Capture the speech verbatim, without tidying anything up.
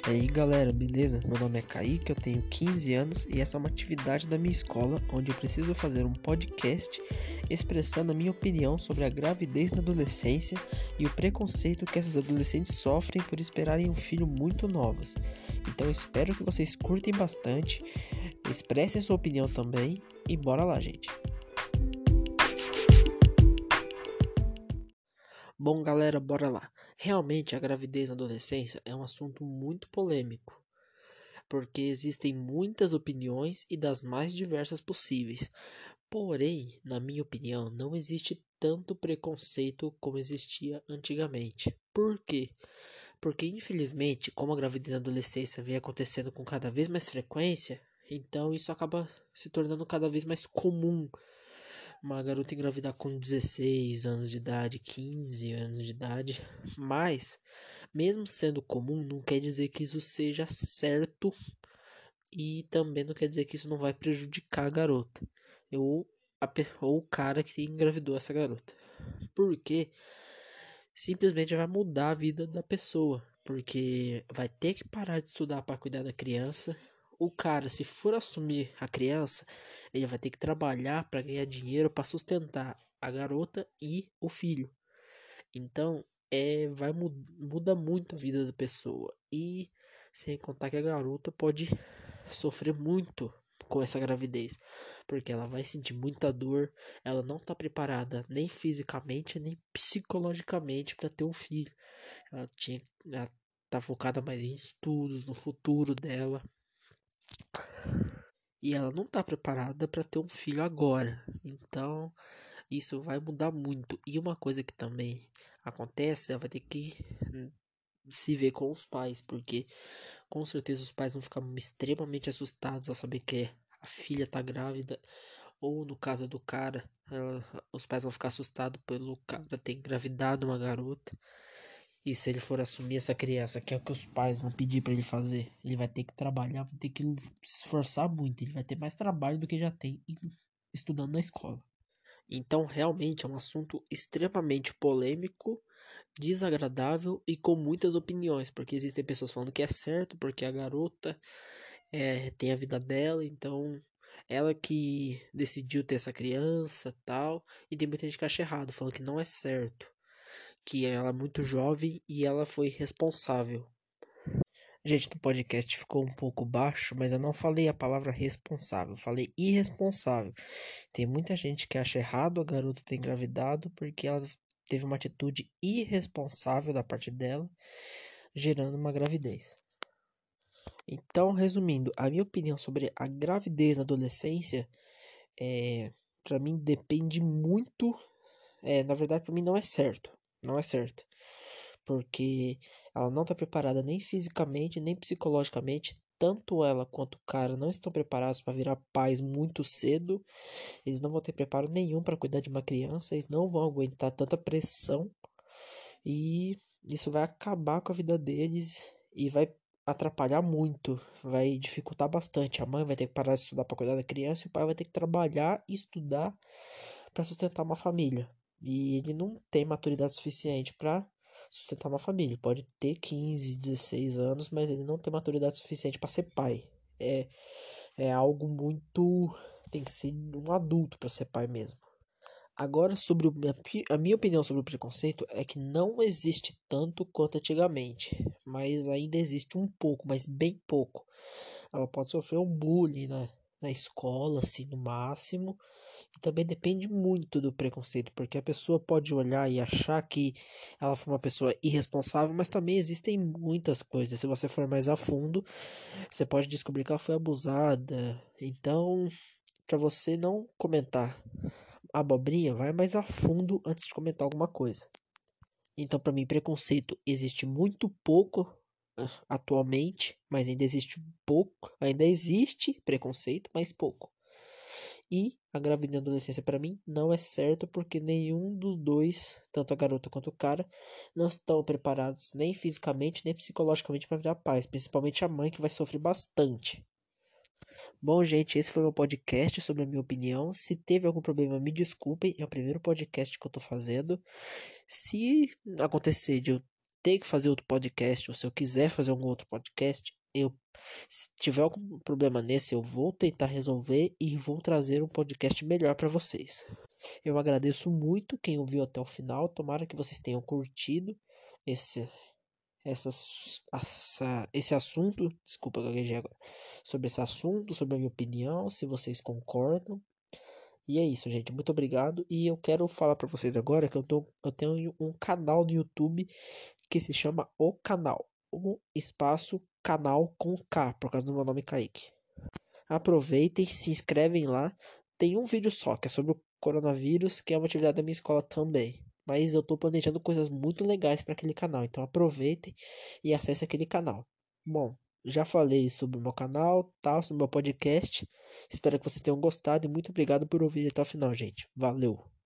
E aí galera, beleza? Meu nome é Kaique, eu tenho quinze anos e essa é uma atividade da minha escola onde eu preciso fazer um podcast expressando a minha opinião sobre a gravidez na adolescência e o preconceito que essas adolescentes sofrem por esperarem um filho muito novas. Então espero que vocês curtem bastante, expressem sua opinião também e bora lá, gente! Bom, galera, bora lá. Realmente, a gravidez na adolescência é um assunto muito polêmico, porque existem muitas opiniões e das mais diversas possíveis. Porém, na minha opinião, não existe tanto preconceito como existia antigamente. Por quê? Porque, infelizmente, como a gravidez na adolescência vem acontecendo com cada vez mais frequência, então isso acaba se tornando cada vez mais comum. Uma garota engravidar com dezesseis anos de idade, quinze anos de idade, mas, mesmo sendo comum, não quer dizer que isso seja certo e também não quer dizer que isso não vai prejudicar a garota ou, a, ou o cara que engravidou essa garota. Porque simplesmente vai mudar a vida da pessoa, porque vai ter que parar de estudar para cuidar da criança. O cara, se for assumir a criança, ele vai ter que trabalhar para ganhar dinheiro para sustentar a garota e o filho. Então, é, vai muda muito a vida da pessoa. E sem contar que a garota pode sofrer muito com essa gravidez, porque ela vai sentir muita dor, ela não está preparada nem fisicamente nem psicologicamente para ter um filho. Ela tinha, ela tá focada mais em estudos, no futuro dela. E ela não está preparada para ter um filho agora. Então, isso vai mudar muito. E uma coisa que também acontece, ela vai ter que se ver com os pais, porque com certeza os pais vão ficar extremamente assustados ao saber que a filha tá grávida, ou no caso do cara, ela, os pais vão ficar assustados pelo cara ter engravidado uma garota. E se ele for assumir essa criança, que é o que os pais vão pedir para ele fazer, ele vai ter que trabalhar, vai ter que se esforçar muito, ele vai ter mais trabalho do que já tem estudando na escola. Então, realmente é um assunto extremamente polêmico, desagradável e com muitas opiniões, porque existem pessoas falando que é certo, porque a garota é, tem a vida dela, então ela que decidiu ter essa criança, tal, e tem muita gente que acha errado, falando que não é certo, que ela é muito jovem e ela foi responsável. Gente, no podcast ficou um pouco baixo, mas eu não falei a palavra responsável, falei irresponsável. Tem muita gente que acha errado a garota ter engravidado porque ela teve uma atitude irresponsável da parte dela, gerando uma gravidez. Então, resumindo, a minha opinião sobre a gravidez na adolescência é, para mim depende muito, é, na verdade para mim não é certo, não é certo. Porque ela não está preparada nem fisicamente, nem psicologicamente. Tanto ela quanto o cara não estão preparados para virar pais muito cedo. Eles não vão ter preparo nenhum para cuidar de uma criança. Eles não vão aguentar tanta pressão. E isso vai acabar com a vida deles e vai atrapalhar muito. Vai dificultar bastante. A mãe vai ter que parar de estudar para cuidar da criança. E o pai vai ter que trabalhar e estudar para sustentar uma família. E ele não tem maturidade suficiente para sustentar uma família. Ele pode ter quinze, dezesseis anos, mas ele não tem maturidade suficiente para ser pai. É, é algo muito... Tem que ser um adulto para ser pai mesmo. Agora, sobre o, a minha opinião sobre o preconceito é que não existe tanto quanto antigamente, mas ainda existe um pouco, mas bem pouco. Ela pode sofrer um bullying na, na escola, assim, no máximo. E também depende muito do preconceito, porque a pessoa pode olhar e achar que ela foi uma pessoa irresponsável, mas também existem muitas coisas. Se você for mais a fundo, você pode descobrir que ela foi abusada. Então, para você não comentar abobrinha, vai mais a fundo antes de comentar alguma coisa. Então, para mim, preconceito existe muito pouco atualmente, mas ainda existe pouco. Ainda existe preconceito, mas pouco. E a gravidez na adolescência para mim não é certo porque nenhum dos dois, tanto a garota quanto o cara, não estão preparados nem fisicamente nem psicologicamente para virar pais, principalmente a mãe que vai sofrer bastante. Bom, gente, esse foi meu podcast sobre a minha opinião. Se teve algum problema, me desculpem, é o primeiro podcast que eu tô fazendo. Se acontecer de eu ter que fazer outro podcast, ou se eu quiser fazer algum outro podcast, eu se tiver algum problema nesse, eu vou tentar resolver e vou trazer um podcast melhor para vocês. Eu agradeço muito quem ouviu até o final. Tomara que vocês tenham curtido esse essa, essa, esse assunto, desculpa gaguejei agora, sobre esse assunto, sobre a minha opinião, se vocês concordam. E é isso, gente. Muito obrigado. E eu quero falar para vocês agora que eu, tô, eu tenho um canal no YouTube que se chama O Canal. O espaço canal com K, por causa do meu nome Kaique. Aproveitem, se inscrevem lá. Tem um vídeo só que é sobre o coronavírus, que é uma atividade da minha escola também. Mas eu tô planejando coisas muito legais para aquele canal. Então aproveitem e acessem aquele canal. Bom, já falei sobre o meu canal, tal, sobre o meu podcast. Espero que vocês tenham gostado e muito obrigado por ouvir até o final, gente. Valeu!